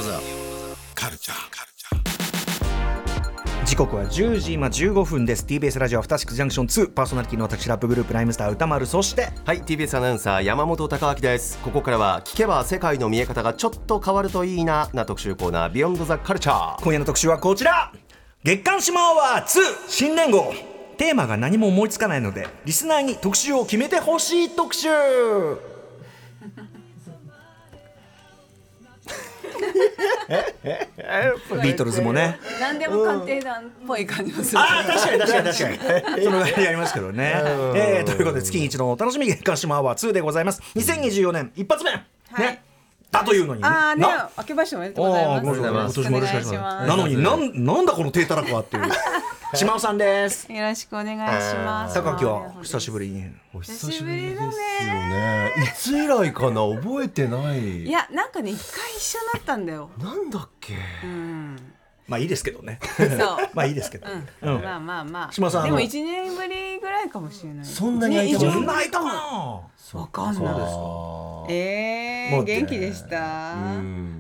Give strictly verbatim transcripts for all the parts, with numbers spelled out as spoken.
ザカルチャー時刻はじゅうじ今じゅうごふんです。 ティービーエス ラジオアフターシックスジャンクションツー、パーソナリティの私ラップグループライムスター歌丸、そしてはい ティービーエス アナウンサー山本貴明です。ここからは聞けば世界の見え方がちょっと変わるといいなな特集コーナービヨンドザカルチャー。 今夜の特集はこちら、月刊シマアワーツー新年号。テーマが何も思いつかないのでリスナーに特集を決めてほしい特集ビートルズもね、 何でも鑑定団っぽい感じもする、 ああ確かに確かに確かにそのぐらいありますけどね、えー、ということで月一のお楽しみ月刊シマアワーツーでございます。にせんにじゅうよねん一発目、はい、ねだというのにね、 あーね、明けましておめでとうございます。 今年もよろしくお願いします。なのにななんなんだこの低たらくはっていう島尾さんです。 よろしくお願いします。 高木は久しぶりに。 お久しぶりですよね。いつ以来かな、覚えてない。 いやなんかね一回一緒になったんだよ。 なんだっけ、 うん、 まあいいですけどね。 そうまあいいですけど、 うんうん、まあまあまあ島さんでもいちねんぶりぐらいかもしれない。 そんなに空いたの？ そんな空いたな。 わかんない。そうですか。えー、元気でした。うん、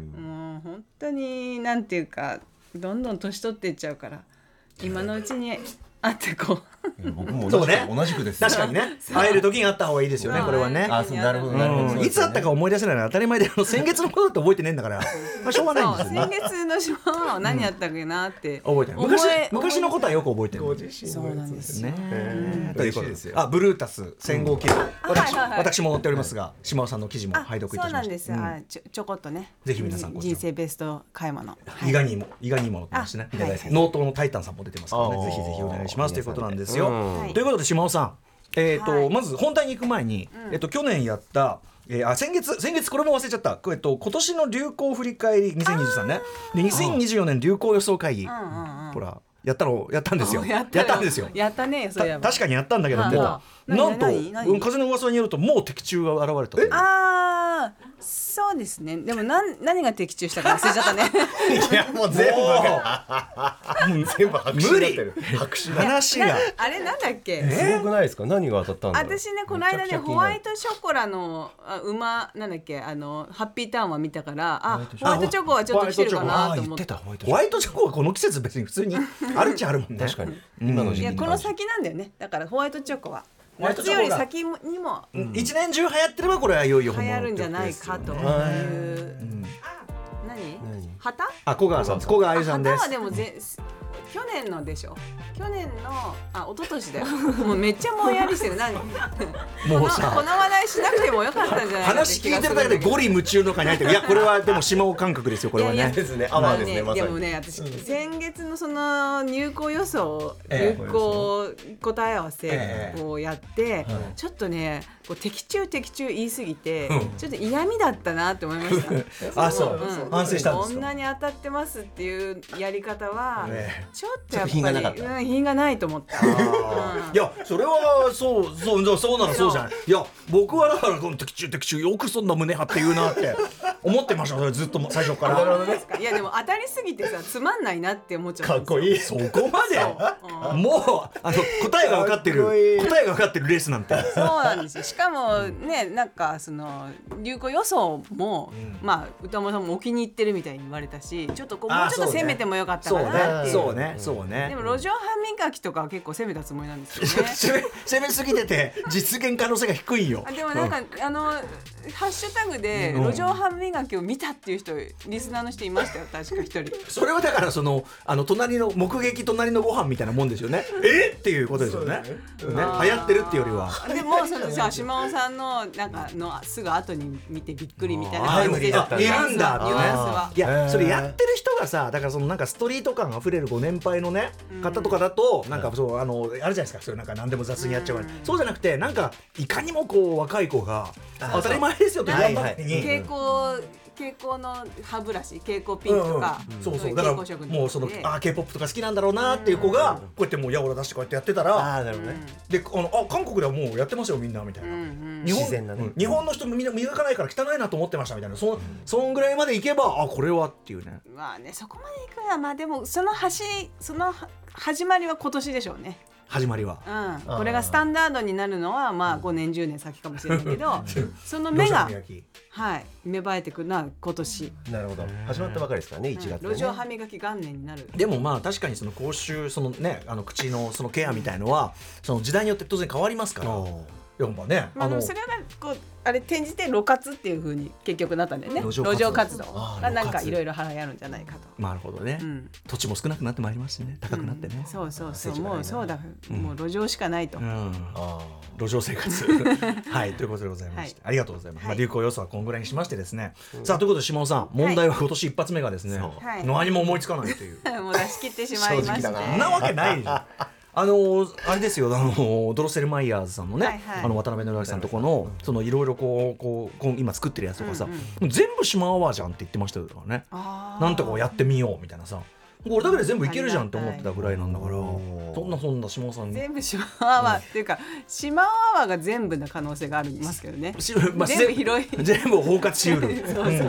もう本当になんていうかどんどん年取っていっちゃうから今のうちに会ってこう。 僕も同じく、ね、同じくです。 確かにね、会える時に会った方がいいですよね、これはね。 あ、そうなるほどなるほど、ね、 いつ会ったか思い出せないのは当たり前で、あの先月のことだって覚えてねえんだから、まあしょうがないんですよね。 先月の島は何やったっけなって、 うん、覚えてる。昔昔のことはよく覚えてる。 ご自身そうなんですね。 ということですよ。あ、ブルータス戦後記事、私私も載っておりますが、島尾さんの記事も拝読いたしました。そうなんです。あ、ちょちょこっとね。ぜひ皆さん人生ベスト買い物。 伊賀にも伊賀にも載ってますね。ノートのタイタンさんも出てますからね。ぜひぜひお願いしますということなんですよ。ということで島尾さん、えーとはい、まず本題に行く前に、うん、えーと去年やった、えー、あ先月先月これも忘れちゃった、えーと今年の流行振り返りにせんにじゅうさんねでにせんにじゅうよねん流行予想会議、うんうんうん、ほらやったのやったんですよ。やったやったんですよ。 やったね。それ確かにやったんだけども、なんと風の噂によるともう的中が現れたという。 ああそうですね。でも何何が的中したか忘れちゃったね。 いやもう全部が全部白紙になってる。白紙話があれなんだっけ。 すごくないですか。何が当たったんだろう。 私ねこの間ねホワイトショコラの馬なんだっけ、あのハッピーターンは見たから、あホワイトチョコはちょっと来てるかなと思って。 ホワイトチョコはこの季節別に普通にあるっちゃあるもんね。 確かに今の時期。 いやこの先なんだよね。だからホワイトチョコは夏より先にも一年中流行ってればこれはいよいよ流行るんじゃないかという。何？旗？ あ、小川さん、小川あゆさんです。 旗はでもぜ去年のでしょ。去年のあ一昨年だよ。もうめっちゃもやりしてる。何？もうさこの話題しなくてもよかったんじゃないか。 話聞いてるだけでゴリ夢中の中に入ってる。いやこれはでも島尾感覚ですよこれはね。いやいやですね。あまあですね。 でもね私先月のその入校予想流行答え合わせをやってちょっとねこう的中的中言い過ぎてちょっと嫌味だったなって思いました。 あそう反省したんですか。 こんなに当たってますっていうやり方はちょっとやっぱり品がないと思った。いやそれはそうそうそうなのそうじゃない。いや僕はだからこの的中的中よくそんな胸張って言うなって思ってました。ずっと最初から。 いやでも当たりすぎてさつまんないなって思っちゃう。 かっこいい。そこまでもうあの答えが分かってる答えが分かってるレースなんて。 そうなんですよ。しかもねなんかその流行予想もまあ歌丸さんもお気に入ってるみたいに言われたし、ちょっとこうもうちょっと攻めてもよかったかなっていう。 そうねそうね。 でも路上歯磨きとかは結構攻めたつもりなんですよね。 攻め攻めすぎてて実現可能性が低いよ。 でもなんかあのハッシュタグで路上歯磨きを見たっていう人リスナーの人いましたよ確か一人。 それはだからそのあの隣の目撃隣のご飯みたいなもんですよね。えっていうことですよね。ね流行ってるっていうよりは。 でもそのじゃあ島尾さんのなんかのすぐ後に見てびっくりみたいな感じでいるんだってね。 いやそれやってる人がさだからそのなんかストリート感あふれるご年配のね方とかだとなんかそうあのあるじゃないですか。それなんか何でも雑にやっちゃうから。そうじゃなくてなんかいかにもこう若い子が当たり前ですよって言われた時に蛍光蛍光の歯ブラシ蛍光ピンとか、 うんうん、そうそうだからもうそのあ K-ポップ とか好きなんだろうなっていう子がこうやってもうやおら出してこうやってやってたらあなるほどね。 であのあ韓国ではもうやってますよみんなみたいな、うんうん、日本自然なね、日本の人みんな磨かないから汚いなと思ってましたみたいな そ, そんぐらいまでいけばあこれはっていうね。 まあねそこまでいくのはまあでもその橋その始まりは今年でしょうね。 始まりは、 うん、これがスタンダードになるのはまあごねんじゅうねん先かもしれないけどその目が、はい、芽生えてくるのは今年。 なるほど、始まったばかりですからね、いちがつ、ね、 路上歯磨き元年になる。 でもまあ確かにその口臭、そのね、あの口のそのケアみたいのはその時代によって当然変わりますから。やっぱね、 まあ、あのそれがこうあれ転じて路活っていう風に結局なったんだよね。路上活動がなんかいろいろ流行るんじゃないかと。 なるほどね、うん、土地も少なくなってまいりますしね、高くなってね、 うん、そうそうそう、もうそうだ、うん、もう路上しかないと、うん、 あ路上生活はいということでございまして、はい、ありがとうございます、はい、まあ、流行予想はこんぐらいにしましてですね、うん、さあということで島尾さん、問題は今年一発目がですね、はい、何も思いつかないというもう出し切ってしまいましたね。 そんなわけないじゃんあのあれですよ、あのドロッセルマイヤーズさんのね、はいはい、あの渡辺則明さんとこのそのいろいろこうこう今作ってるやつとかさ、うんうん、全部島アワーじゃんって言ってましたからね。なんとかやってみようみたいなさ、これだけで全部いけるじゃんって思ってたぐらいなんだから、そんなそんな島尾さん全部島アワーっていうか、島アワーが全部な可能性がありますけどね、まあ、全部広い全部包括しうるそうそう、うん、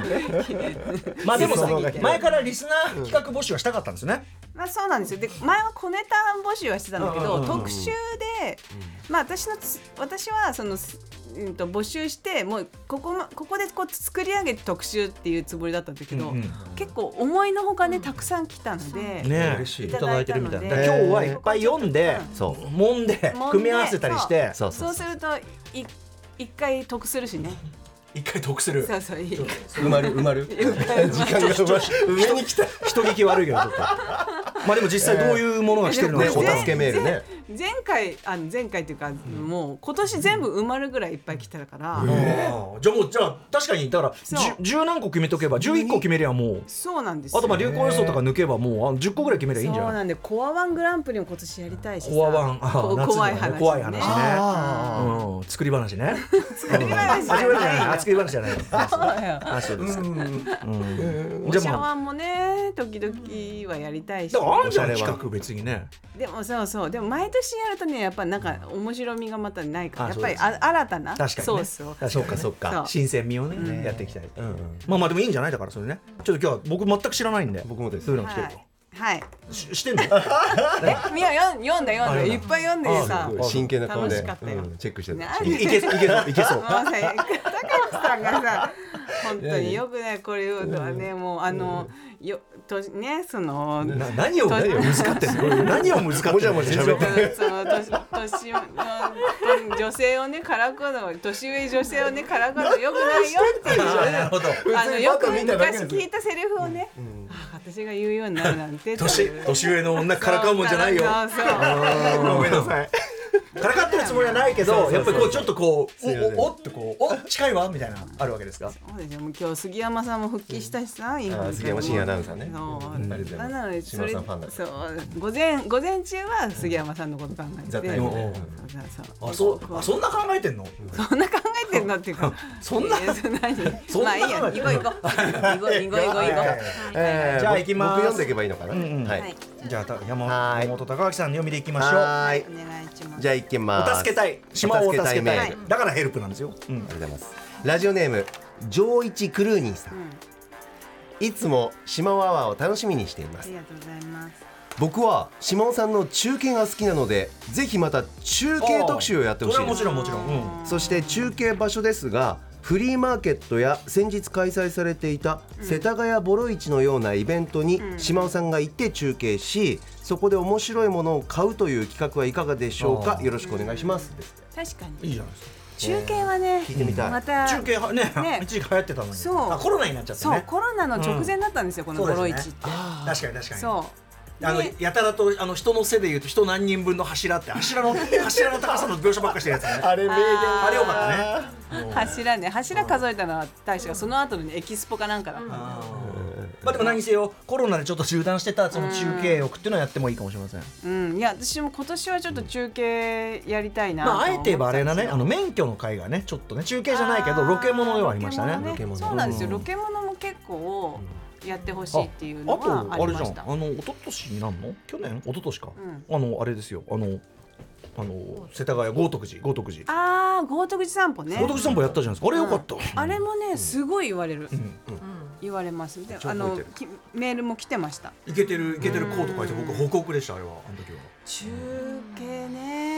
まあでもさ、前からリスナー企画募集はしたかったんですよね。 まあ、そうなんですよ。で前は小ネタ募集はしてたんだけど、うんうんうんうん、特集で、まあ、私の私はその、うん、と募集してもうここ、ここでこう作り上げて特集っていうつもりだったんだけど、うんうん、結構思いのほかねたくさん来たので、 ね、嬉しいいただいてるみたいな。今日はいっぱい読んで、うん、そう揉んで組み合わせたりして、 そうそうそうそうするとい一回得するしね。 一回得する。 そうそういい。 埋まる埋まる。時間が埋まる。上に来た。 人聞き悪いけどちょっと。まあでも実際どういうものが来てるのか、 お助けメールね。 前回あの前回っていうか、うん、もう今年全部埋まるぐらいいっぱい来てるから。 じゃあもうじゃあ確かにだから十何個決めとけばじゅういっこ決めりゃもう。 そうなんですよ。 あとまあ流行予想とか抜けばもうあのじゅっこぐらい決めりゃいいんじゃない。 そうなんでコアワングランプリも今年やりたいしさ。 コアワン怖い話ね。 怖い話ね。うん作り話ね。 作り話じゃない。 作り話じゃない。 あ、そうですか。お茶碗もね、時々はやりたいし。 だからあんじゃん企画別にね。 でもそうそう、でも毎年やるとね、やっぱなんか面白みがまたないから、やっぱりあ新たなソースを。 そうかそうか。新鮮味をねやっていきたい。まあまあでもいいんじゃないだからそれね。ちょっと今日は僕全く知らないんで。 僕もです。 そういうの来てる。 はい。 し, してんの？ え、みや読ん読んだ読んだいっぱい読んでさ。 真剣な顔で楽しかったよ。 チェックしてる。 いけいけそういけそう。 高橋さんがさ、本当によくねこれ言うのはね、もうあのよとねその何を何を難かってんの？何を難かってんの？もじゃもじゃ喋って。 その年年の女性をねからかうの、年上女性をねからかうのよくないよっていう。 なるほど。 あのよく昔聞いたセリフをね、私が言うようになるなんて。 年年上の女からかうもんじゃないよ。ごめんなさい。からかってるつもりはないけど、やっぱりこうちょっとこうおおっとこうお近いわみたいなあるわけですか。 そうですよ。もう今日杉山さんも復帰したしさ、 杉山真也アナウンサーね。 なのでそれそう午前午前中は杉山さんのこと考えて。 あそうあそんな考えてんの？ そんな考えてんのっていうか。 そんな何？まあいいや。行こう行こう。行こう行こう行こう。 じゃあ行きます。 僕読んでいけばいいのかな。はい。 じゃあ山本高明さんの読みでいきましょう。 はい。お願いします。 じゃあ行きます。 お助けたい。島をお助けたい。だからヘルプなんですよ。 ありがとうございます。ラジオネーム上一クルーニーさん。いつも島尾アワーを楽しみにしています。 ありがとうございます。 僕は島尾さんの中継が好きなので、ぜひまた中継特集をやってほしいです。 それはもちろんもちろん。 そして中継場所ですが、フリーマーケットや先日開催されていた世田谷ボロ市のようなイベントに島尾さんが行って中継し、そこで面白いものを買うという企画はいかがでしょうか。よろしくお願いします。 確かにいいじゃないですか。 中継はね、 聞いてみたい。 また中継はね、一時期流行ってたのに。そう。コロナになっちゃってね。 そう、コロナの直前だったんですよ、このボロ市って。 確かに確かに。 そう。 あのやたらとあの人の背でいうと人何人分の柱って柱の柱の高さの描写ばっかしてるやつね。 あれ名言。 あれよかったね。柱ね、柱数えたのは大使がその後のエキスポかなんかだった。 まあでも何せよコロナでちょっと中断してたその中継欲っていうのをやってもいいかもしれません。 うん、いや私も今年はちょっと中継やりたいな。 まああえて言えばあれだね、あの免許の会がねちょっとね中継じゃないけどロケモノではありましたね。 そうなんですよ。ロケモノも結構やってほしいっていうのはありました。 あとあれじゃん、あの一昨年になんの？去年？一昨年か。あのあれですよ。あのあの世田谷豪徳寺豪徳寺。 ああ豪徳寺散歩ね。 豪徳寺散歩やったじゃないですか。あれよかった。 あれもねすごい言われる。言われます。で、あのメールも来てました。 いけてるいけてるコード書いて僕報告でしたあれはあの時は。 中継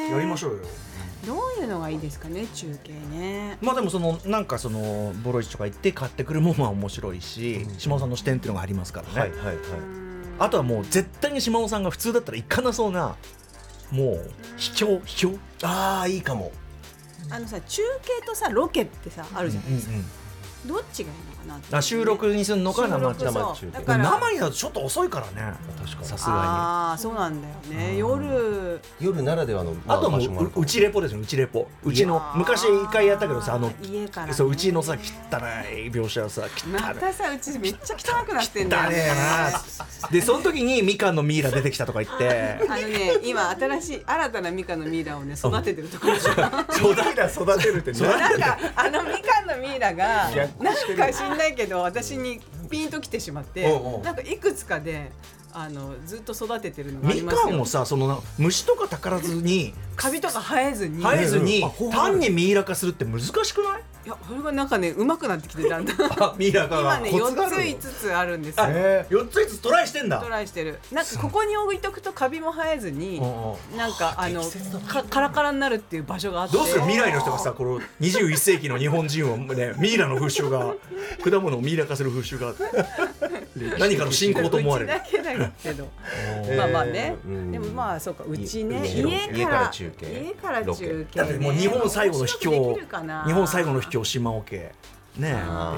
やりましょうよ。 どういうのがいいですかね、中継ね。 まあでもそのなんかそのボロ市とか行って買ってくるものは面白いし、うん、島尾さんの視点っていうのがありますからね。 はいはいはい。 あとはもう絶対に島尾さんが普通だったら行かなそうなもう秘境秘境。 ああいいかも。 あのさ、中継とさロケってさあるじゃないですか、うんうんうん、どっちがいいのかなって、ね、 あ収録にするのか生中継。だから生になるとちょっと遅いからね。確かにさすがに。 ああそうなんだよね。夜夜ならではの、 まあ、あとはもううちレポですよ。うちレポ。うちの昔一回やったけどさ、あの家から、ね、 そううちのさ汚い描写をさ汚い。 またさうちめっちゃ汚くなってんだよ。 汚ねえな。でその時にみかんのミイラ出てきたとか言って。 あのね今新しい新たなみかんのミイラをね育ててるところでしょ。 育て育てるってなんかあのみかんのミイラがなんか知んないけど私にピンときてしまって、おうおうなんかいくつかであのずっと育ててるのがありますよ。 みかんをさその虫とかたからずにカビとか生えずに生えずに単にミイラ化するって難しくない？ いやそれがなんかね上手くなってきてだんだんミイラ化が今ねよっついつつあるんですよ。 よっついつつトライしてんだ。 トライしてる。なんかここに置いとくとカビも生えずになんかあのかカラカラになるっていう場所があって。 どうする未来の人がさこのにじゅういっせいきの日本人をねミイラの風習が果物をミイラ化する風習があって何かの信仰と思われる。 うちだけだけどまあまあね、でもまあそうかうちね家から中継家から中継だってもう日本最後の秘境日本最後の秘境島桶ねえ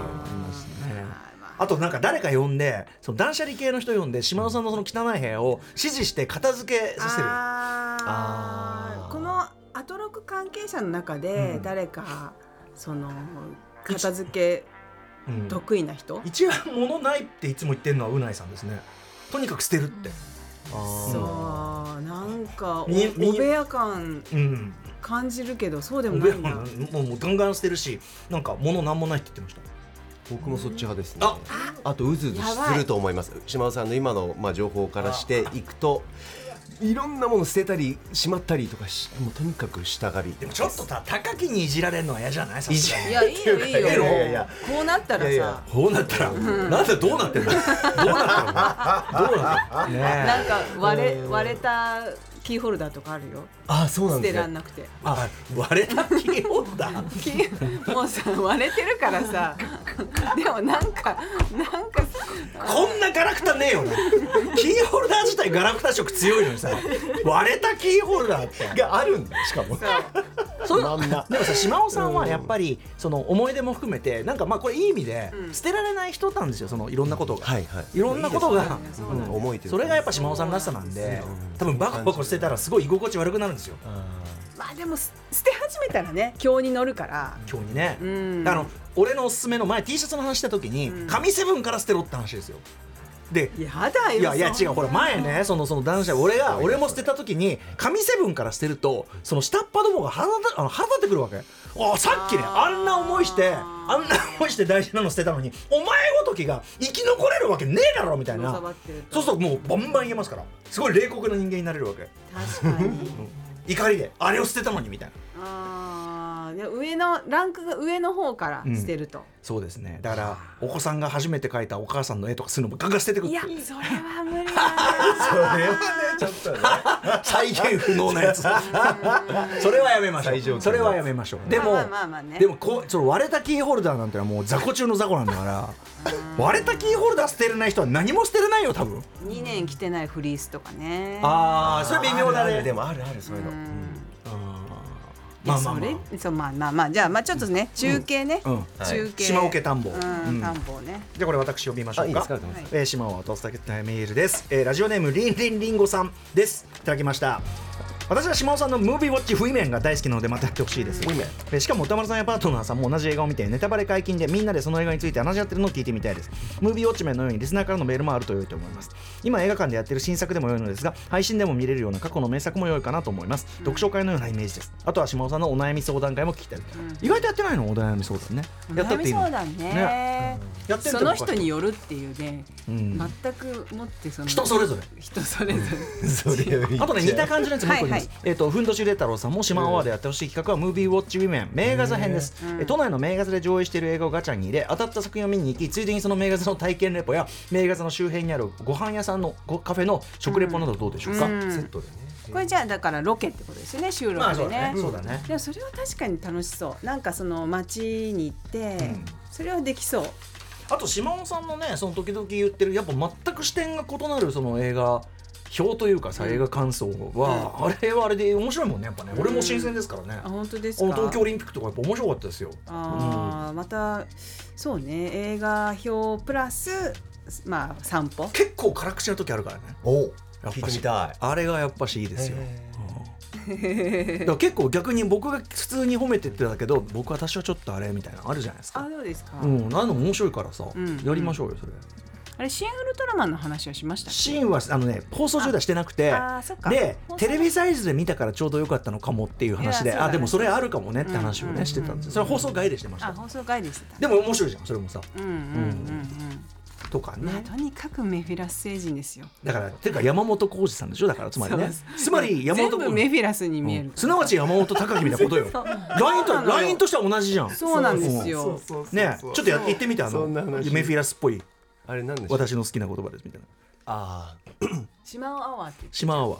あとなんか誰か呼んでその断捨離系の人呼んで島田さんのその汚い部屋を指示して片付けさせる。 あこのアトロク関係者の中で誰かその片付け得意な人、 うん、一番物ないっていつも言ってるのはうないさんですね。とにかく捨てるって、 うん、そうなんか お, お部屋感感じるけど、うん、そうでもないんだ。もうもうガンガン捨てるしなんか物なんもないって言ってました。 僕もそっち派ですね。あ, あとうずうずすると思います。島田さんの今の、まあ、情報からしていくといろんなもの捨てたりしまったりとかしもうとにかくしたがり。 でもちょっとさ高木にいじられるのは嫌じゃない？いじいやいいよいいよ。いやいやいやこうなったらさいやいやこうなったら、うん、なんでどうなってんのどうなったのどうなってんの、ね、なんか割れ割れたキーホルダーとかあるよ。 あ、そうなんですね。 捨てらんなくて。 あ、割れたキーホルダー。 もうさ割れてるからさ。でもなんかなんかこんなガラクタねえよね。キーホルダー自体ガラクタ色強いのにさ、割れたキーホルダーってがあるんだよしかも。そう。でもさ島尾さんはやっぱりその思い出も含めてなんかまあこれいい意味で捨てられない人なんですよ。そのいろんなことが。はいはい。いろんなことが思いそれがやっぱ島尾さんらしさなんで、多分バカバカ捨てたらすごい居心地悪くなるんですよ。 まあでも捨て始めたらね今日に乗るから今日にね、うん、あの俺のおすすめの前 T シャツの話した時に、うん、紙セブンから捨てろって話ですよ。でやだよ。 いやいや違うほら前ねそのその男子俺が俺も捨てた時に紙セブンから捨てるとその下っ端どもが腹立あの腹立ってくるわけ。あさっきねあんな思いしてあんな思いして大事なの捨てたのにお前ごときが生き残れるわけねえだろみたいな。そうそうもうバンバン言えますからすごい冷酷な人間になれるわけ。 確かに怒りであれを捨てたのにみたいな。 あで上のランクが上の方から捨てると、うん、 そうですね。だからお子さんが初めて描いたお母さんの絵とかするのもガンガン捨ててくる。 いやそれは無理だそれはねちょっとね再現不能なやつそれはやめましょう。それはやめましょう。でも、まあまあまあね、でもこうその割れたキーホルダーなんてのはもう雑魚中の雑魚なんだから割れたキーホルダー捨てれない人は何も捨てれないよ多分。 にねん着てないフリースとかね。 ああそれ微妙だね。 でもあるあるそういうの。 まあまあまあそうまあまあまあじゃあまあちょっとね中継ね、うんうん、中継島桶田んぼ、うんうん、田んぼね。 じゃあこれ私呼びましょうか。 いいですか、 えー、島尾とすたけたメールです、えー、ラジオネームりんりんりんごさんです。いただきました。私は島尾さんのムービーウォッチ V 面が大好きなのでまたやってほしいです。えしかも歌丸さんやパートナーさんも同じ映画を見てネタバレ解禁でみんなでその映画について話し合ってるのを聞いてみたいです。ムービーウォッチ面のようにリスナーからのメールもあると良いと思います。今映画館でやってる新作でも良いのですが配信でも見れるような過去の名作も良いかなと思います。読書会のようなイメージです。あとは島尾さんのお悩み相談会も聞きたい、うん、意外とやってないのお悩み相談ね。 やったっていいの。お悩み相談ね、ね、やってるその人によるっていうね、うん、全くもってその人それぞれ人それぞれそれあとね似た感じのやつもう一個言います、はいはい。えーとふんどしれ太郎さんも島アワーでやってほしい企画はムービーウォッチウィメン名画座編です、うん、都内の名画座で上映している映画をガチャに入れ当たった作品を見に行きついでにその名画座の体験レポや名画座の周辺にあるご飯屋さんのカフェの食レポなどどうでしょうか、 うん、セットでねこれじゃあだからロケってことですよね、収録でね。 そうだね。 でもそれは確かに楽しそう。なんかその街に行って、うん、それはできそう。 あと島尾さんのね、その時々言ってるやっぱ全く視点が異なるその映画表というかさ、映画感想は、うん、あれはあれで面白いもんねやっぱね、うん、俺も新鮮ですからね。 あ、本当ですか。 東京オリンピックとかやっぱ面白かったですよ。 あ、うん、またそうね、映画表プラスまあ散歩結構辛口な時あるからね。 お、聞いてみたい。 あれがやっぱしいいですよ。だから結構逆に僕が普通に褒めてってたけど、僕私はちょっとあれみたいなのあるじゃないですか。 あ、そうですか。 うん、あの面白いからさ、うん、やりましょうよそれ。 あれシン・ウルトラマンの話はしましたっけ？ シンはあのね放送中ではしてなくて、でテレビサイズで見たからちょうどよかったのかもっていう話で、ね、あでもそれあるかもねって話をね、うんうんうん、してたんですよ。それは放送外でしてました。 あ、放送外でしてた。 でも面白いじゃんそれもさ。 うんうんうんうん。 とかね、 まあ、とにかくメフィラス星人ですよ。 だからていうか山本浩二さんでしょ。だからつまりね、つまり山本全部メフィラスに見える、 うん、すなわち山本隆みたいなことよ。ライン とラインとしては同じじゃん。 そうなんですよ。 ね、ちょっとやって言ってみて、あのメフィラスっぽい。 あれなんでしょう。 私の好きな言葉ですみたいな。 ああ。島尾アワーって。 島尾アワー。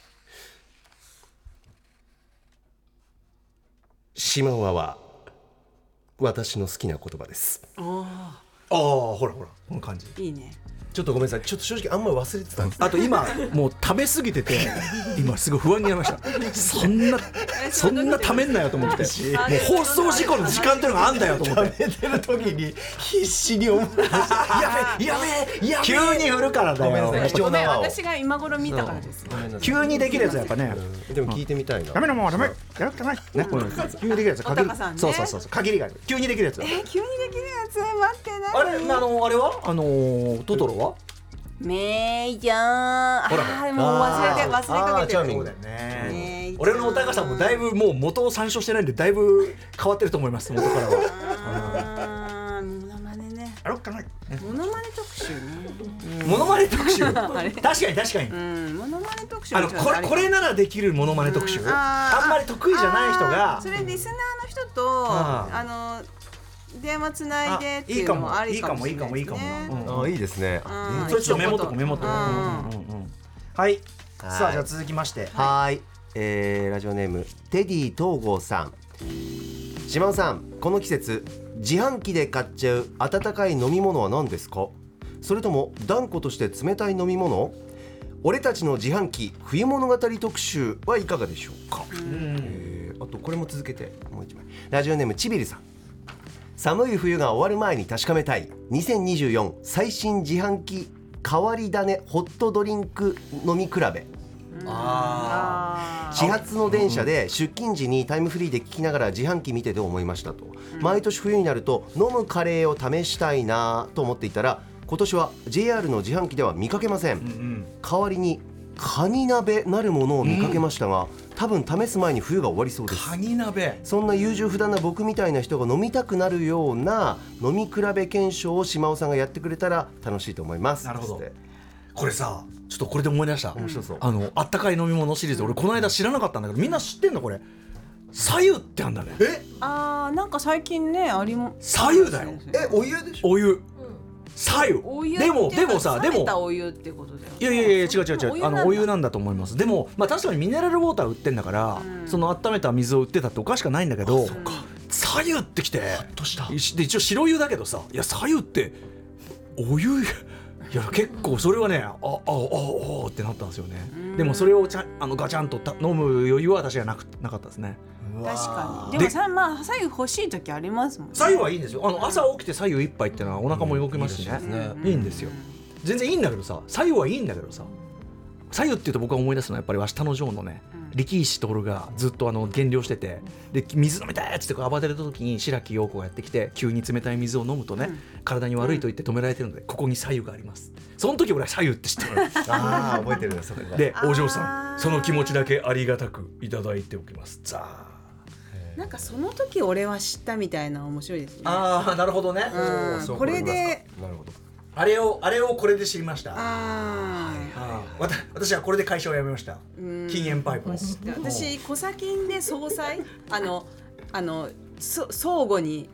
島尾アワー。私の好きな言葉です。 ああ。 ああ、ほらほらこの感じいいね。 ちょっとごめんなさい、ちょっと正直あんまり忘れてたんです。 あと今もう食べ過ぎてて今すごい不安になりました。そんなそんなためんなよと思って、もう放送事故の時間っていうのがあんだよと思って食べてる時に必死に思いました。 やべやべやべ急に振るからだよ。 ごめん、私が今頃見たからです。 急にできるやつやっぱね。 でも聞いてみたいな。 ダメなもんはダメやるってないね。急にできるやつ限り、そうそうそう限りがある。急にできるやつ。 え、急にできるやつ待ってない。 あれあのあれはあのトトロはめいちゃん、ああもう忘れて忘れかけてる。 そうだよね。俺のお高さんもだいぶもう元を参照してないんでだいぶ変わってると思います。元からは。 モノマネね。 あろっかな。 モノマネ特集ね。 モノマネ特集。確かに確かに。 うん、モノマネ特集。 あのこれこれならできるモノマネ特集。あんまり得意じゃない人が。 それリスナーの人とあの。電話つないでっていうのもありかもしれないですね。いいかもいいかもいいかも。 あ、いいですね。 それちょっとメモとこメモとこ。はい。さあじゃあ続きまして。 はい。えー、ラジオネームテディ東郷さん。島尾さん、この季節自販機で買っちゃう温かい飲み物は何ですか？それとも断固として冷たい飲み物？俺たちの自販機冬物語特集はいかがでしょうか？えー、あとこれも続けてもう一枚。ラジオネームちびるさん。寒い冬が終わる前に確かめたいにせんにじゅうよん最新自販機変わり種ホットドリンク飲み比べ。あ始発の電車で出勤時にタイムフリーで聞きながら自販機見てて思いましたと、うん、毎年冬になると飲むカレーを試したいなと思っていたら今年は ジェイアール の自販機では見かけません、うんうん、代わりにカニ鍋なるものを見かけましたが、うん、多分試す前に冬が終わりそうです。 カニ鍋。 そんな優柔不断な僕みたいな人が飲みたくなるような飲み比べ検証を島尾さんがやってくれたら楽しいと思います。 なるほど。これさちょっとこれで思い出した、 面白そう。 あのあったかい飲み物シリーズ、俺この間知らなかったんだけどみんな知ってんのこれ。左右ってあんだね。 えあーなんか最近ねありも左右だよ。 えお湯でしょ。 お湯左右でもでもさでも冷めたお湯ってことだよ。 いやいやいや違う違う違うあのお湯なんだと思います。でもまあ確かにミネラルウォーター売ってんだから、うん、その温めた水を売ってたっておかしくないんだけど、左右ってきてで一応白湯だけどさ、いや左右ってお湯いや結構それはねああああってなったんですよね。でもそれをちゃあのガチャンと飲む余裕は私はなくなかったですね。 確かに。でもさまあ左右欲しい時ありますもんね。 左右はいいんですよ。あの朝起きて左右一杯っていうのはお腹も動きますしね、うん、いいんですよ。全然いいんだけどさ、左右はいいんだけどさ、左右っていうと僕が思い出すのはやっぱり下の城のね、うん、力石徹がずっとあの減量してて、で水飲みたいっつって暴れた時に白木陽子がやってきて急に冷たい水を飲むとね、うん、体に悪いと言って止められてるので、ここに左右があります。その時俺は左右って知ってるああ覚えてるねそれでお嬢さんその気持ちだけありがたくいただいておきます。ザーなんかその時俺は知ったみたいな面白いですね。 ああなるほどね、 うん、これでなるほどあれをあれをこれで知りました。ああ私はこれで会社を辞めました。禁煙パイプ。 私コサキンで総裁あのあのそ相互に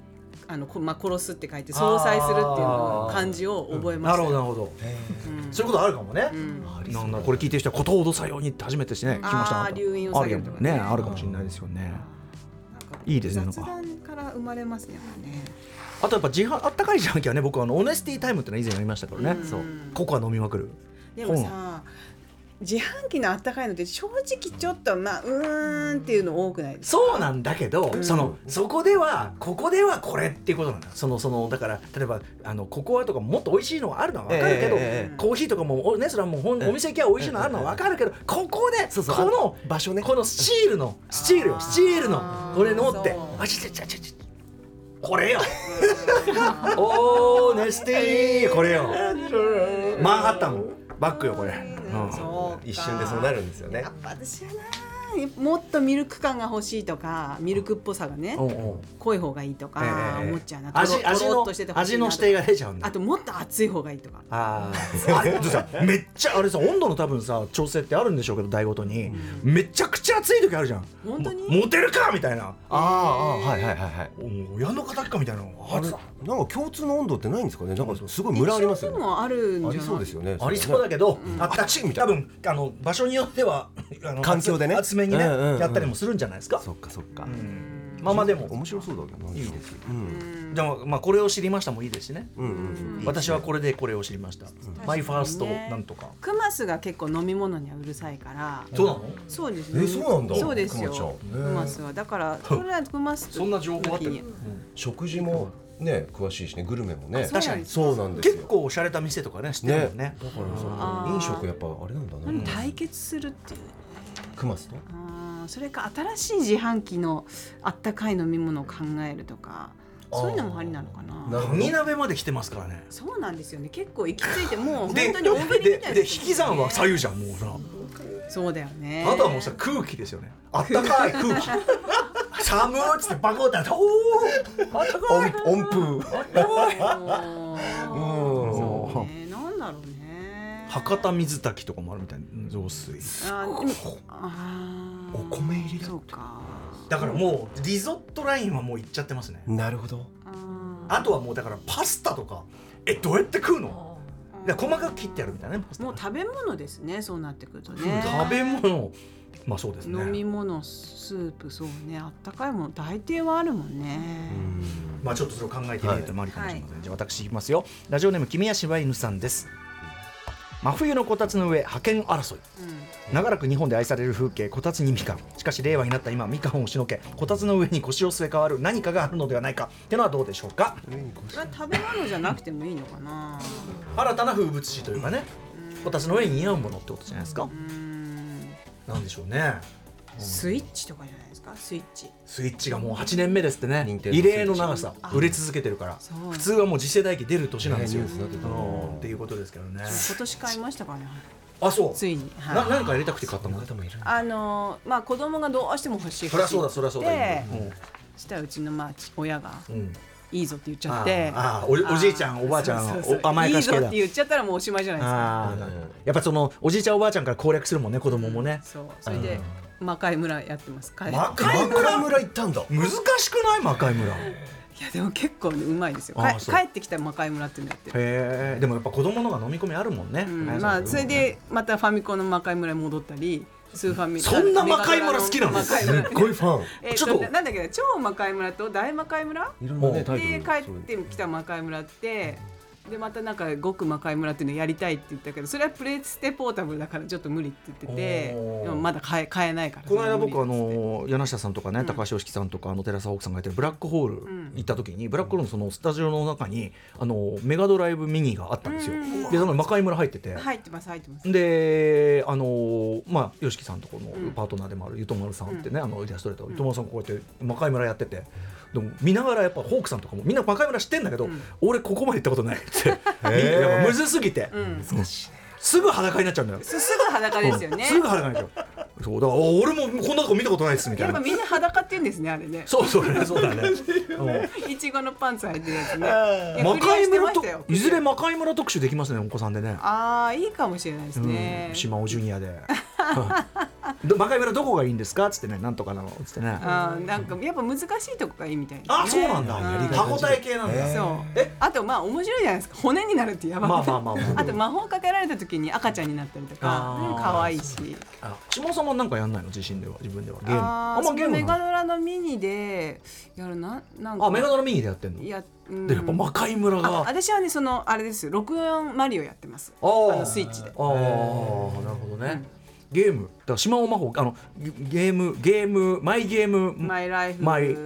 あの、まあ、殺すって書いて相殺するっていう漢字を覚えました、 うん、なるほどなるほど、うん、そういうことあるかもね、うん、なんだこれ聞いてる人はことを脅さようにって初めてですね、聞きました。 あ流飲を下げるとかね、 あるかもしれないですよね。いいですね。 雑談から生まれますね。 あとやっぱ自販、あったかい自販機はね、僕はあのオネスティタイムっての以前やりましたからね、そうココア飲みまくる。 でもさ、自販機のあったかいのって正直ちょっとまあうーんっていうの多くないですか。 そうなんだけど、うん、そのそこではここではこれっていうことなんだ。そのそのだから例えばあのココアとかもっと美味しいのがあるのは分かるけど、えー、コーヒーとかもね、それはもうお店行きは美味しいのあるのは分かるけど、ここでそうそうこの場所ね、 このスチールのスチールよスチールのこれのってあちちちちちこれよおーネスティーこれよマンハッタンバッグよこれ、 うん、一瞬でそうなるんですよね。 やっぱ私はなもっとミルク感が欲しいとかミルクっぽさがね、うん、濃い方がいいとか思っちゃうな、えー、 味, 味, の味の指定が出ちゃうんだ。 あともっと熱い方がいいとか。 ああれさめっちゃあれさ温度の多分さ調整ってあるんでしょうけど台ごとに、うん、めちゃくちゃ熱い時あるじゃん。 本当にモテるかみたいな。ああはいはいはいはい親の敵かみたいなのあれなんか共通の温度ってないんですかね。なんかすごいムラありますよね。 もあるんじゃない。 ありそうですよね。 ありそうだけど、うん、あったちみたいな多分あの場所によってはあの環境でね厚めにね、うんうんうん、やったりもするんじゃないですか。 そっかそっか、うん、 まあまあでも面白そうだけどいいですよ、 うん、でもまあこれを知りましたもいいですしね、うんうんうん、私はこれでこれを知りました、うん、マイファーストなんとか。 クマスが結構飲み物にはうるさいから。 そうなの。 そうですね。 えそうなんだ。 そうですよクマスはだからこれはクマスそんな情報あってる、うん、 食事もね詳しいしねグルメもね。 確かにそうなんですよ。 結構おしゃれた店とかね知ってるもんね。 だからさ飲食やっぱあれなんだな。 対決するっていうクマスと。 あそれか新しい自販機のあったかい飲み物を考えるとかそういうのもありなのかな。 麦鍋まで来てますからね。 そうなんですよね。結構行き着いてもう本当に大ぶりみたいな。 で引き算は左右じゃんもうさ。 そうだよね。 あとはもうさ空気ですよね。あったかい空気。寒ーっつってバコってやったらおーあったかい音符。 あったかい。そうね。なんだろうね。 博多水炊きとかもあるみたいな雑炊。 ああお米入りだ。 そうか。 だからもうリゾットラインはもういっちゃってますね。 なるほど。 あとはもうだからパスタとかえどうやって食うの。細かく切ってやるみたいなね。 もう食べ物ですね。そうなってくるとね。 食べ物まあそうですね。 飲み物スープそうねあったかいもの大抵はあるもんね。 うんまあちょっとそれを考えてみるともありかもしれません。はい、じゃあ私いきますよ。ラジオネーム君や柴犬さんです。真冬のこたつの上覇権争い、うん、長らく日本で愛される風景こたつにみかん。しかし令和になった今みかんを押しのけこたつの上に腰を据え替わる何かがあるのではないかってのはどうでしょうか。 食べ物じゃなくてもいいのかな。 新たな風物詩というかね、うん、こたつの上に似合うものってことじゃないですか。うんなんでしょうね。 スイッチとかじゃないですか。スイッチスイッチがもうはちねんめですってね。異例の長さ売れ続けてるから普通はもう次世代機出る年なんですよ、ね、っていうことですけどね。 今年買いましたからね。 あそうついに、 はい、な何かやりたくて買ったの。 あのまあ子供がどうしても欲しいそりゃそうだそりゃそうだで、 うん、したらうちのまあ親が、うんいいぞって言っちゃって、 ああ お, おじいちゃんおばあちゃんそうそうそう甘やかし系だいいぞって言っちゃったらもうおしまいじゃないですか。 やっぱそのおじいちゃんおばあちゃんから攻略するもんね子供もね、 うん、そうそれで魔界村やってます。 魔界村行ったんだ。 難しくない魔界村。いやでも結構、ね、うまいですよ。帰ってきた魔界村っていうのやってる。 へでもやっぱ子供のが飲み込みあるもんね、 うんまあ、それでまたファミコンの魔界村に戻ったりスーファミそんな魔界村好きなの。すっごいファン。 えー、ちょっとなんだっけ超魔界村と大魔界村いろんな、ね、 で帰ってきた魔界村ってでまたなんか極魔界村っていうのやりたいって言ったけどそれはプレステポータブルだからちょっと無理って言っててでもまだ買え、買えないから。 この間僕あの柳下さんとかね、うん、高橋良樹さんとかあの寺澤奥さんがやってるブラックホール行った時に、うん、ブラックホールのそのスタジオの中にあのメガドライブミニがあったんですよ、うん、でその魔界村入ってて入ってます入ってますであのまあ良樹さんとこのパートナーでもあるゆとまるさんってね、うん、あのイラストレーターゆとまるさんこうやって魔界村やっててでも見ながらやっぱホークさんとかもみんな魔界村知ってんだけど、うん、俺ここまで行ったことないってやっぱむずすぎて、うん、難しいね。すぐ裸になっちゃうんだよ。 すぐ裸ですよね、 うん、すぐ裸になっちゃう。そうだから俺もこんなとこ見たことないですみたいな。 やっぱみんな裸って言うんですねあれね。 そうそうねそうだねいちごのパンツ履いてるやつね。 魔界村といずれ魔界村特集できますねお子さんでね。 ああいいかもしれないですね、 うん、島尾ジュニアで魔界村どこがいいんですかっつってね、なんとかなのっつってね。 あなんかやっぱ難しいとこがいいみたいですね。 あ、そうなんだ。歯応え系なんだ。 そう。え、あとまあ面白いじゃないですか。骨になるってやばい。 まあまあまあまあ。 あと魔法かけられた時に赤ちゃんになったりとか、可愛いし。 下尾さんもなんかやんないの自身では、自分ではゲーム。 あんまゲーム。メガドラのミニでやるな、なんか。 あ、メガドラミニでやってんの。いや、でやっぱ魔界村が。 私はね、そのあれですよ、ろくじゅうよんマリオやってます。あのスイッチで。 ああ、なるほどね。ゲームだから島尾魔法、あのゲームゲームマイゲームマイライフマイ、うん、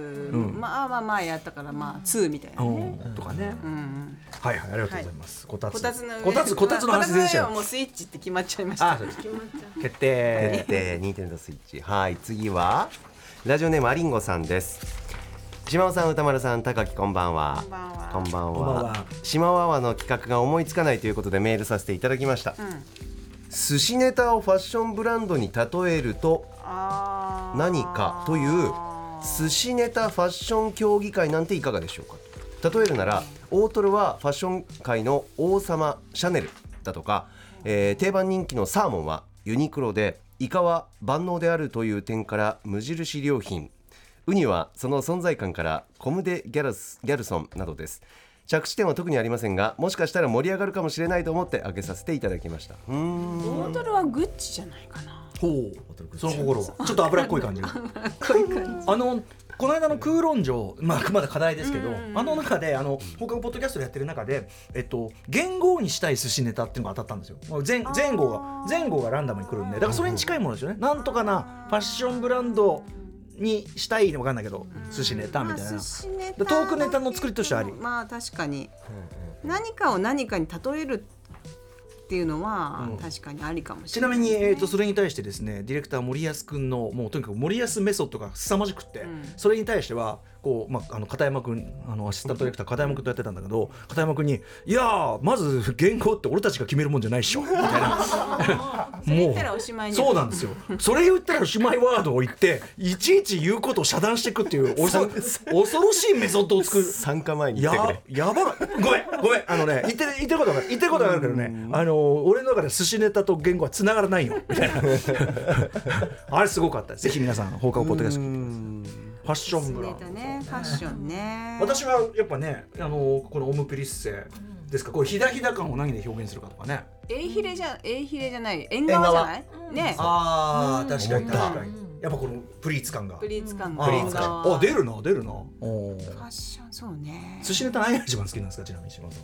まあまあまあやったからまあツーみたいなね、 とかね、うん、はいはい、ありがとうございます。こたつこたつのこたつこたつの話でしたよ。 もうスイッチって決まっちゃいました。 決定決定ニンテンドースイッチ。はい、次はラジオネームアリンゴさんです。島尾さん、歌丸さん、高木、こんばんは。こんばんは。島尾アワーの企画が思いつかないということでメールさせていただきました。うん、寿司ネタをファッションブランドに例えると何かという寿司ネタファッション協議会なんていかがでしょうか。例えるなら大トロはファッション界の王様シャネルだとか、えー、定番人気のサーモンはユニクロで、イカは万能であるという点から無印良品、ウニはその存在感からコムデギャルス、ギャルソンなどです。着地点は特にありませんが、もしかしたら盛り上がるかもしれないと思って挙げさせていただきました。うーん、 大トロはグッチじゃないかな。 ほう、その心はちょっと脂っこい感じがあのこの間の空論城、まあ、まだ課題ですけど、あの中であの放課後ポッドキャストでやってる中で、えっと、元号にしたい寿司ネタっていうのが当たったんですよ。 前, 前後が前後がランダムに来るんで、だからそれに近いものですよね。なんとかなファッションブランドにしたいの分かんないけど、寿司ネタみたいな、まあ、トークネタの作りとしてあり、 まあ確かに何かを何かに例えるっていうのは確かにありかもしれない、ね、 ちなみに、えー、とそれに対してですね、ディレクター森安くんのもうとにかく森安メソッドが凄まじくって、うん、それに対してはこう、まあ、あの片山くん、あのアシスタントディレクター片山くんとやってたんだけど、片山くんにいやーまず原稿って俺たちが決めるもんじゃないっしょみたいなそれ言ったらおしまいに。 そうなんですよ。それ言ったらおしまいワードを言っていちいち言うことを遮断していくっていう恐ろしいメソッドを作る。 参加前に言ってくれ。 や, やばいごめんごめんあのね言ってる言ってることが言ってることがあるけどね、あの俺の中で寿司ネタと言語は繋がらないよみたいなあれすごかったです。ぜひ皆さん放課後ポッドキャストファッションブランド、 ね、ファッションね。 私はやっぱね、あのこのオムプリッセですか、これひだひだ感を何で表現するかとかね。 エイヒレじゃエイヒレじゃない縁側じゃない、うん、ね。 ああ確かに確かに、やっぱこのプリーツ感がプリーツ感があ出るな出るな。 おファッションそうね。 寿司ネタ何が一番好きなんですか、ちなみに島さん。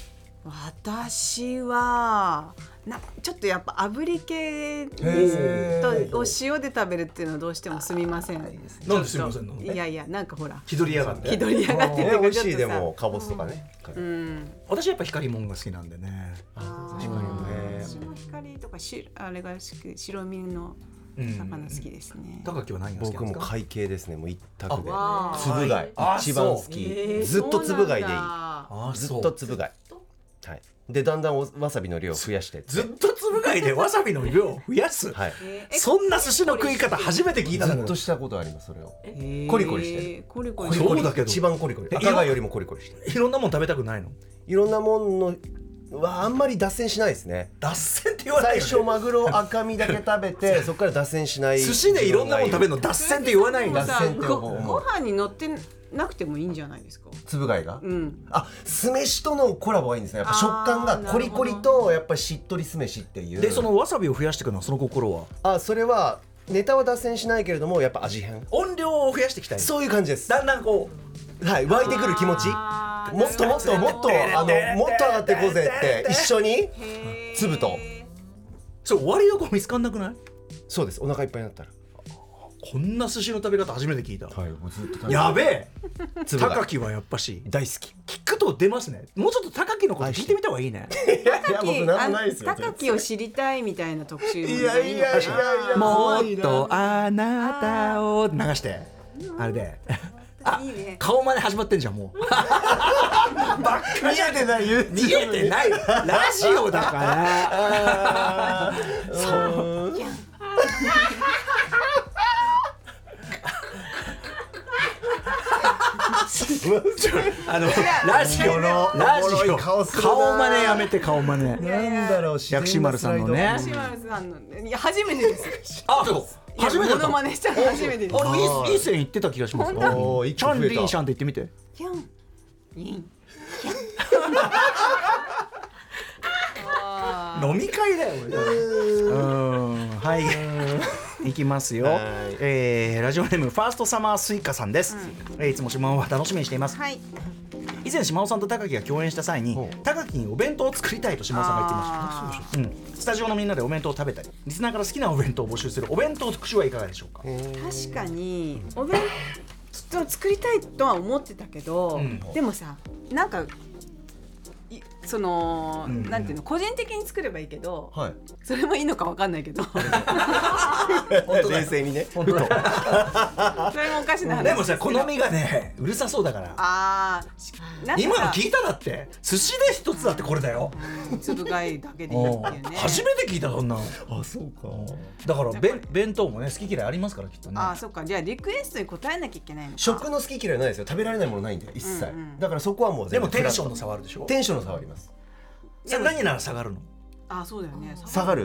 私はなちょっとやっぱ炙り系とを塩で食べるっていうのはどうしてもすみません。なんですみませんの？ いやいやなんかほら気取りやがって気取りやがって美味しい。でもカボスとかね、 うん、 私やっぱ光もんが好きなんでね。 光もね、私も光とかしあれが好き、白身の魚好きですね。 高木は何が好きなんですか？ 僕も貝系ですね。もう一択でつぶ貝一番好き。ずっとつぶ貝でいい。ずっとつぶ貝。はい、でだんだんわさびの量を増やしてずっとつぶ貝でわさびの量を増やす、はい、そんな寿司の食い方初めて聞いたんだけど。 ずっとしたことあります。それをコリコリしてる。 コリコリそうだけど一番コリコリ、赤貝よりもコリコリしてる。 いろんなもん食べたくないの？ いろんなもんのはあんまり脱線しないですね。 脱線って言わないよね。 最初マグロ赤身だけ食べてそこから脱線しない。 寿司でいろんなもん食べるの脱線って言わないんだ。 脱線ってご飯に乗ってなくてもいいんじゃないですか。 つぶ貝が、 うん、 あ酢飯とのコラボがいいんですね。やっぱ食感がコリコリとやっぱりしっとり酢飯っていう。 でそのわさびを増やしていくのはその心は？ あそれはネタは脱線しないけれどもやっぱ味変音量を増やしていきたい。 そういう感じです。 だんだんこうはい湧いてくる気持ち、もっともっともっとあのもっと上がっていこうぜって一緒に粒と。 それ終わりどころ見つかんなくない？ そうです。お腹いっぱいになったら。 こんな寿司の食べ方初めて聞いた。 はい、もうずっと食べやべえ高木はやっぱし大好き。 聞くと出ますね。もうちょっと高木のこと聞いてみた方がいいね。 いやいや僕なんもないですよ。 高木を知りたいみたいな特集もいいやいやいやいやもっとあなたを流してあれであいいね、顔真似始まってんじゃんもうばっか見えてない見えてないラジオだからそうあのラジオのラジオ顔真似やめて顔真似。 なんだろう薬師丸さんのね。 薬師丸さんのいや初めてです。 あ、そう。初めてだった。 モノマネしたの初めてです。 あれいい線言ってた気がします。 おー、 チャンリンシャンって言ってみて。 ヒャンリンヒャン。 飲み会だよ。うん、はい。いきますよ。えー、ラジオネームファーストサマースイカさんです。うん、えー、いつも島尾は楽しみにしています。はい、以前島尾さんと高木が共演した際に高木にお弁当を作りたいと島尾さんが言っていました。うん、スタジオのみんなでお弁当を食べたり、リスナーから好きなお弁当を募集するお弁当特集はいかがでしょうか。 確かにお弁当作りたいとは思ってたけど、うん、でもさ、なんかその、うんうん、なんていうの、個人的に作ればいいけど、はい、それもいいのか分かんないけど冷静にねそれもおかしな話でもさ、好みがねうるさそうだから。あ今の聞いただって寿司で一つだってこれだよ。 つぶ貝だけでいいっていうね。 初めて聞いたそんなの。 あ、そうか。 だから弁弁当もね好き嫌いありますからきっとね。 あ、そっか。じゃあリクエストに答えなきゃいけないのか。 食の好き嫌いないですよ。食べられないものないんで一切、うんうん、だからそこはもうでもテンションの差はあるでしょ。 テンションの差はあります。 それ何なら下がるの？ あ、そうだよね。 下がる、うん、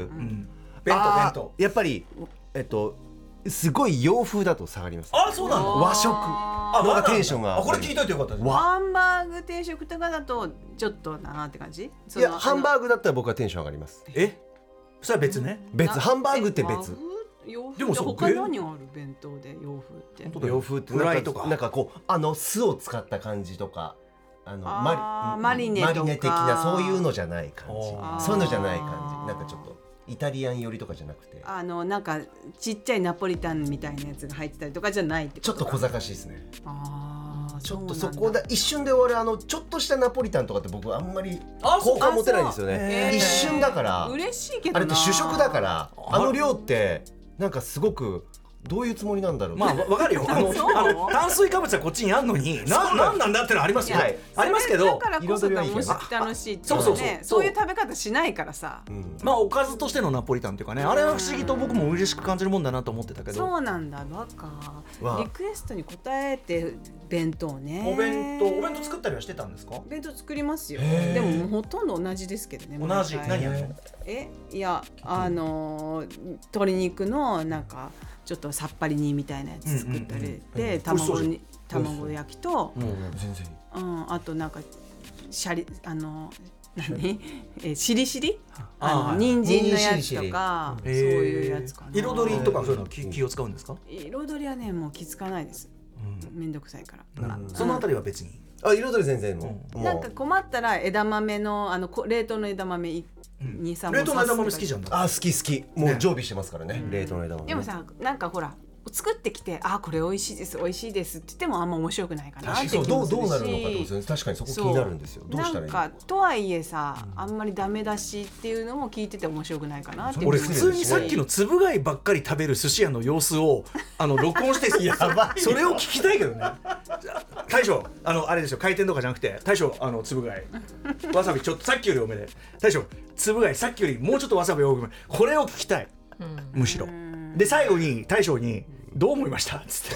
弁当弁当やっぱりえっとすごい洋風だと下がります。 あ、そうなの。 和食あ、まだテンションが。 あ、これ聞いといてよかったです。 ハンバーグ定食とかだとちょっとなって感じ。 いや、ハンバーグだったら僕はテンション上がります。 え、それは別ね。 別、ハンバーグって別。 でも他何ある弁当で洋風って。 洋風ってフライとかなんかこうあの酢を使った感じとか。あのあマリネとかマリネ的なそういうのじゃない感じ、そういうのじゃない感じ、なんかちょっとイタリアン寄りとかじゃなくて、 あのなんかちっちゃいナポリタンみたいなやつが入ってたりとかじゃないってこと。 ちょっと小賢しいですね。 あ、 ちょっとそこだ一瞬で終わるあのちょっとしたナポリタンとかって僕あんまり好感持てないんですよね。一瞬だから嬉しいけどな、 あれって主食だからあの量ってなんかすごくどういうつもりなんだろう。 まあわかるよ。あのあの炭水化物はこっちにあんのにな、なんなんだってのありますよ。はい、ありますけど。 だからこそ楽しいっていうかね。そういう食べ方しないからさ。 うん、まあおかずとしてのナポリタンっていうかね、あれは不思議と僕も嬉しく感じるもんだなと思ってたけど。 そうなんだ。バカ。リクエストに答えて弁当ね。 お弁当お弁当作ったりはしてたんですか。 弁当作りますよ。でももうほとんど同じですけどね。 同じ。何やるの？ え、いやあの鶏肉のなんか。ちょっとさっぱり煮みたいなやつ作ったりで、卵に卵焼きと、うん、あとなんかシャリあの何えしりしりあの人参のやつとかそういうやつかな。 彩りとかそういうの気気を使うんですか？ 彩りはねもう気づかないです。めんどくさいから。 そのあたりは別に。 あ、彩り全然もう。なんか困ったら枝豆のあの冷凍の枝豆にさん冷凍の枝豆好きじゃん。 あ、好き好き。もう常備してますからね、冷凍の枝豆。 でもさ、なんかほら作ってきて、あ、これ美味しいです美味しいですって言ってもあんま面白くないかなって気もするし、 どうどうなるのかってことですね。確かにそこ気になるんですよ。どうしたらいいのか。 なんかとはいえさ、あんまりダメだしっていうのも聞いてて面白くないかなって。 俺普通にさっきのつぶ貝ばっかり食べる寿司屋の様子をあの録音してやばいそれを聞きたいけどね。大将あのあれですよ、回転とかじゃなくて、大将あのつぶ貝わさびちょっとさっきより多めで、大将つぶ貝さっきよりもうちょっとわさび多め、これを聞きたい、むしろ。で最後に大将にどう思いましたっつ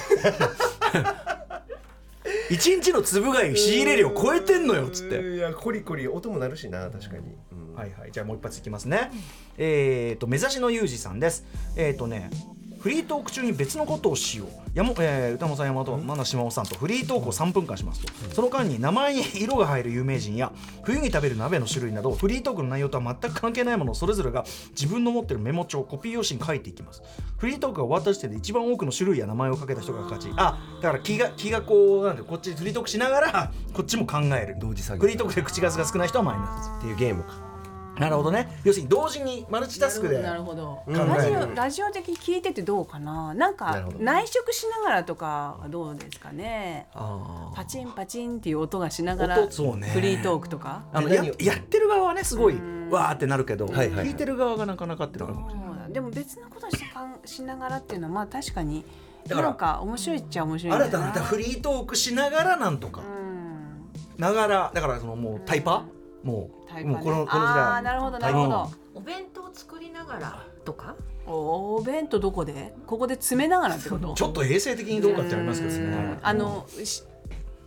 って一日のつぶ貝仕入れ量超えてんのよっつって。 いや、コリコリ音も鳴るしな、確かに。 うん、はいはい、じゃあもう一発いきますね。えーと目指しのゆうじさんです。えーとねフリートーク中に別のことをしよう。やも、えー、歌間さん、山本真奈島尾さんとフリートークをさんぷんかんしますと、その間に名前に色が入る有名人や冬に食べる鍋の種類などフリートークの内容とは全く関係ないものをそれぞれが自分の持っているメモ帳コピー用紙に書いていきます。フリートークが終わった時点で一番多くの種類や名前をかけた人が勝ち。あ、だから気が気がこうなんでこっちフリートークしながらこっちも考える同時作業。フリートークで口数が少ない人はマイナスっていうゲームか。 なるほどね。要するに同時にマルチタスクで。 なるほど。ラジオラジオ的に聞いててどうかな。なんか内職しながらとかはどうですかね。パチンパチンっていう音がしながらフリートークとか。 あの や, やってる側はねすごいわーってなるけど、聞いてる側がなかなかってのがあるかもしれない。 でも別のことしかしながらっていうのはまあ確かになんか面白いっちゃ面白い。 新たなフリートークしながらなんとか。ながらだからそのもうタイパ。もう、ね、もうこのこの時代。 あ、なるほどなるほど。 お弁当作りながらとか。 お, お弁当どこで？ここで詰めながらってこと？ ちょっと衛生的にどうかってありますけどね。 あの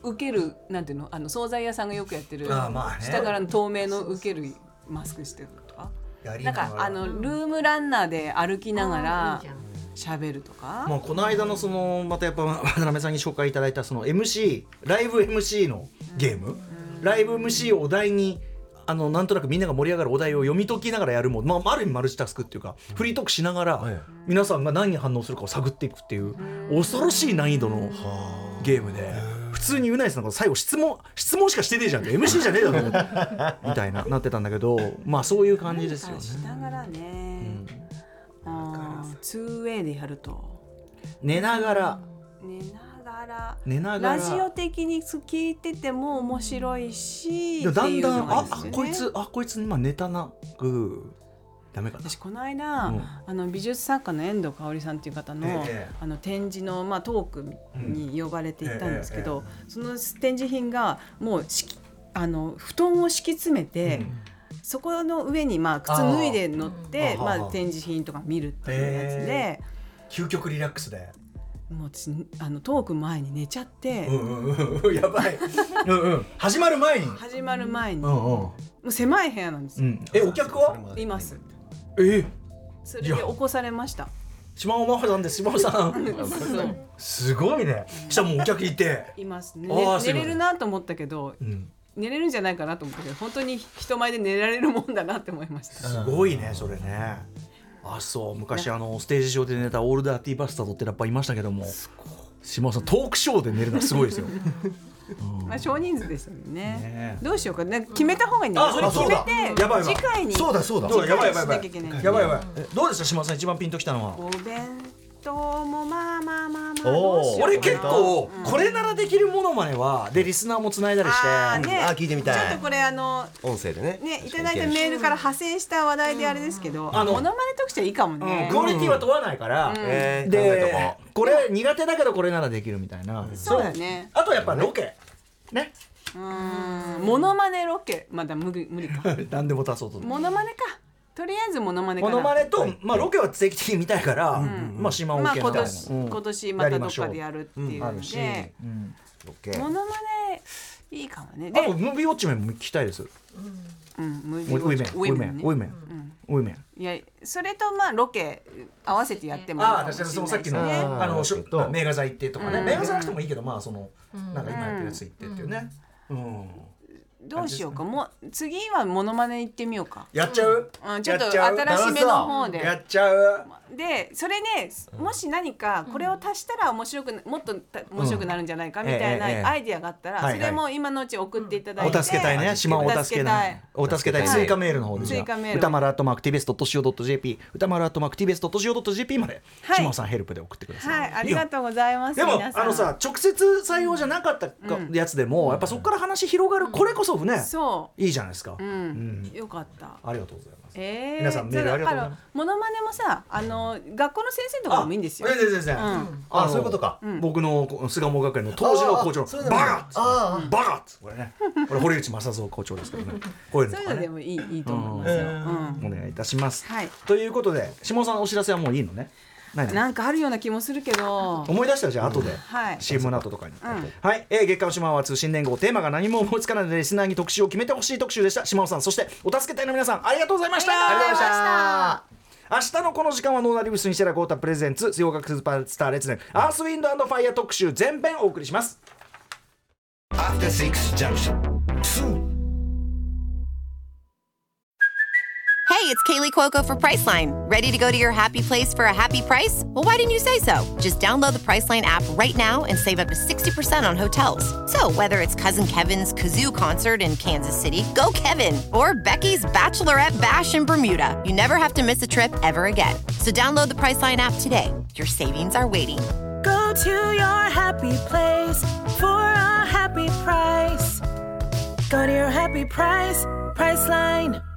受けるなんていうのあの惣菜屋さんがよくやってるあ、まあね、 下からの透明の受けるマスクしてるとかなんかあのルームランナーで歩きながら喋るとか、 もうこの間のそのまたやっぱ渡辺さんに紹介いただいたその エムシー ライブ エムシー のゲーム、ライブ エムシー をお題にあのなんとなくみんなが盛り上がるお題を読み解きながらやるも、まあ、ある意味マルチタスクっていうかフリートークしながら皆さんが何に反応するかを探っていくっていう恐ろしい難易度のゲームで、普通にうないさんが最後質問質問しかしてねえじゃんって エムシー じゃねえだろみたいななってたんだけど、まあそういう感じですよね。 しながらね、うん、あ ツーウェイ でやると寝ながら寝ながら寝ながらラジオ的に聞いてても面白いし、 だんだん、あ、 ね、 こいつあこいつ今寝たなグーダメかな。 私この間、うん、あの美術作家の遠藤香織さんという方の、ええ、あの展示の、まあ、トークに呼ばれていったんですけど、うんええ、その展示品がもうしきあの布団を敷き詰めて、うん、そこの上に、まあ、靴脱いで乗ってあ、まあ、展示品とか見るっていうやつで、 えー、究極リラックスでもうあのトーク前に寝ちゃって、 うんうんうん、やばいうん、うん、始まる前に始まる前に、 うんうん、 もう狭い部屋なんですよ、うん、 えお客はいますえそれで起こされました。 島尾真帆さんです。島尾さんすごいね。したらもうお客いていますね。寝れるなと思ったけど、うん、寝れるんじゃないかなと思ったけど本当に人前で寝られるもんだなって思いました。 すごいねそれね。あそう昔あのステージ上で寝たオールダーティーバスタードってラッパーいましたけども、島尾さんトークショーで寝るのはすごいですよ。 うん、まあ少人数ですよ ね, ねどうしようかね決めた方がいいんだよ。 あそれ決めてやばい次回にそうだそうだやばいやばいやばいやばいやばいどうでした島尾さん一番ピンときたのは。 お弁当もまあまあまあまあ俺結構これならできるものまねはでリスナーもつないだりして、 あ、ね、 あ聞いてみたい。 ちょっとこれあの音声でねねいただいたメールから派生した話題であれですけど、うん、あのモノマネ特集はいいかもね、 うん、クオリティは問わないから、うん、で、でこれ苦手だけどこれならできるみたいな。 そうだね。 あとやっぱロケね。 うーんモノマネロケまだ無理無理か何でも足そうとモノマネかとりあえずモノマネかな。 モノマネと、まあ、ロケは定期的に見たいから、うん、まあ島尾家みたいな、まあ、今年、うん、今年またどっかでやるっていうので、うん、モノマネいいかもね。 であとムービーウォッチメンも聞きたいです。 うん、ムービーウォッチウィメンウィメンウィメンいやそれとまあロケ合わせてやってもいいかもしれないですね。ああ、私そのさっきのあの名画座行ってとかね、名画座なくてもいいけどまあそのなんか今やってるやつ行ってっていうね。うん。 どうしようか、もう次はモノマネ行ってみようか。 やっちゃう、 うん、ちょっと新しめの方でやっちゃう。 でそれねもし何かこれを足したら面白くもっと面白くなるんじゃないかみたいなアイディアがあったらそれも今のうち送っていただいて、 お助けたいね、島をお助けたいお助けたい追加メールの方で、 追加メール歌丸アットマーク ティービーエスドットシーオードットジェーピー 歌丸アットマーク ティービーエスドットシーオードットジェーピー まで島尾さんヘルプで送ってください。 はい、ありがとうございます。 でもあのさ直接採用じゃなかったやつでもやっぱそこから話広がる、これこそねいいじゃないですか。 よかった、 ありがとうございます。 えー、 皆さんメールありがとうございます。 モノマネもさあの学校の先生とかでもいいんですよ。 全然全然、あそういうことか。僕の巣鴨学園の当時の校長バカッバカッこれね、これ堀内正蔵校長ですけどね、こういうのとかね、 そういうのでもいいいいと思いますよ。 お願いいたします。 はい。 ということで下尾さんのお知らせはもういいのね。 なんかあるような気もするけど思い出したらじゃあ後で シーエム の後とかに、はい、えー、月刊島尾通信年号テーマが何も思いつかないのでリスナーに特集を決めてほしい特集でした。島尾さんそしてお助け隊の皆さんありがとうございました。 ありがとうございました。明日のこの時間はノーナリブスにしてらゴータプレゼンツ洋楽スーパースター列伝アースウィンド&ファイア特集全編お送りします。 After Six Junction Hey, it's Kaylee Cuoco for Priceline. Ready to go to your happy place for a happy price? Well, why didn't you say so? Just download the Priceline app right now and save up to sixty percent on hotels. So whether it's Cousin Kevin's Kazoo Concert in Kansas City, go Kevin, or Becky's Bachelorette Bash in Bermuda, you never have to miss a trip ever again. So download the Priceline app today. Your savings are waiting. Go to your happy place for a happy price. Go to your happy price, Priceline.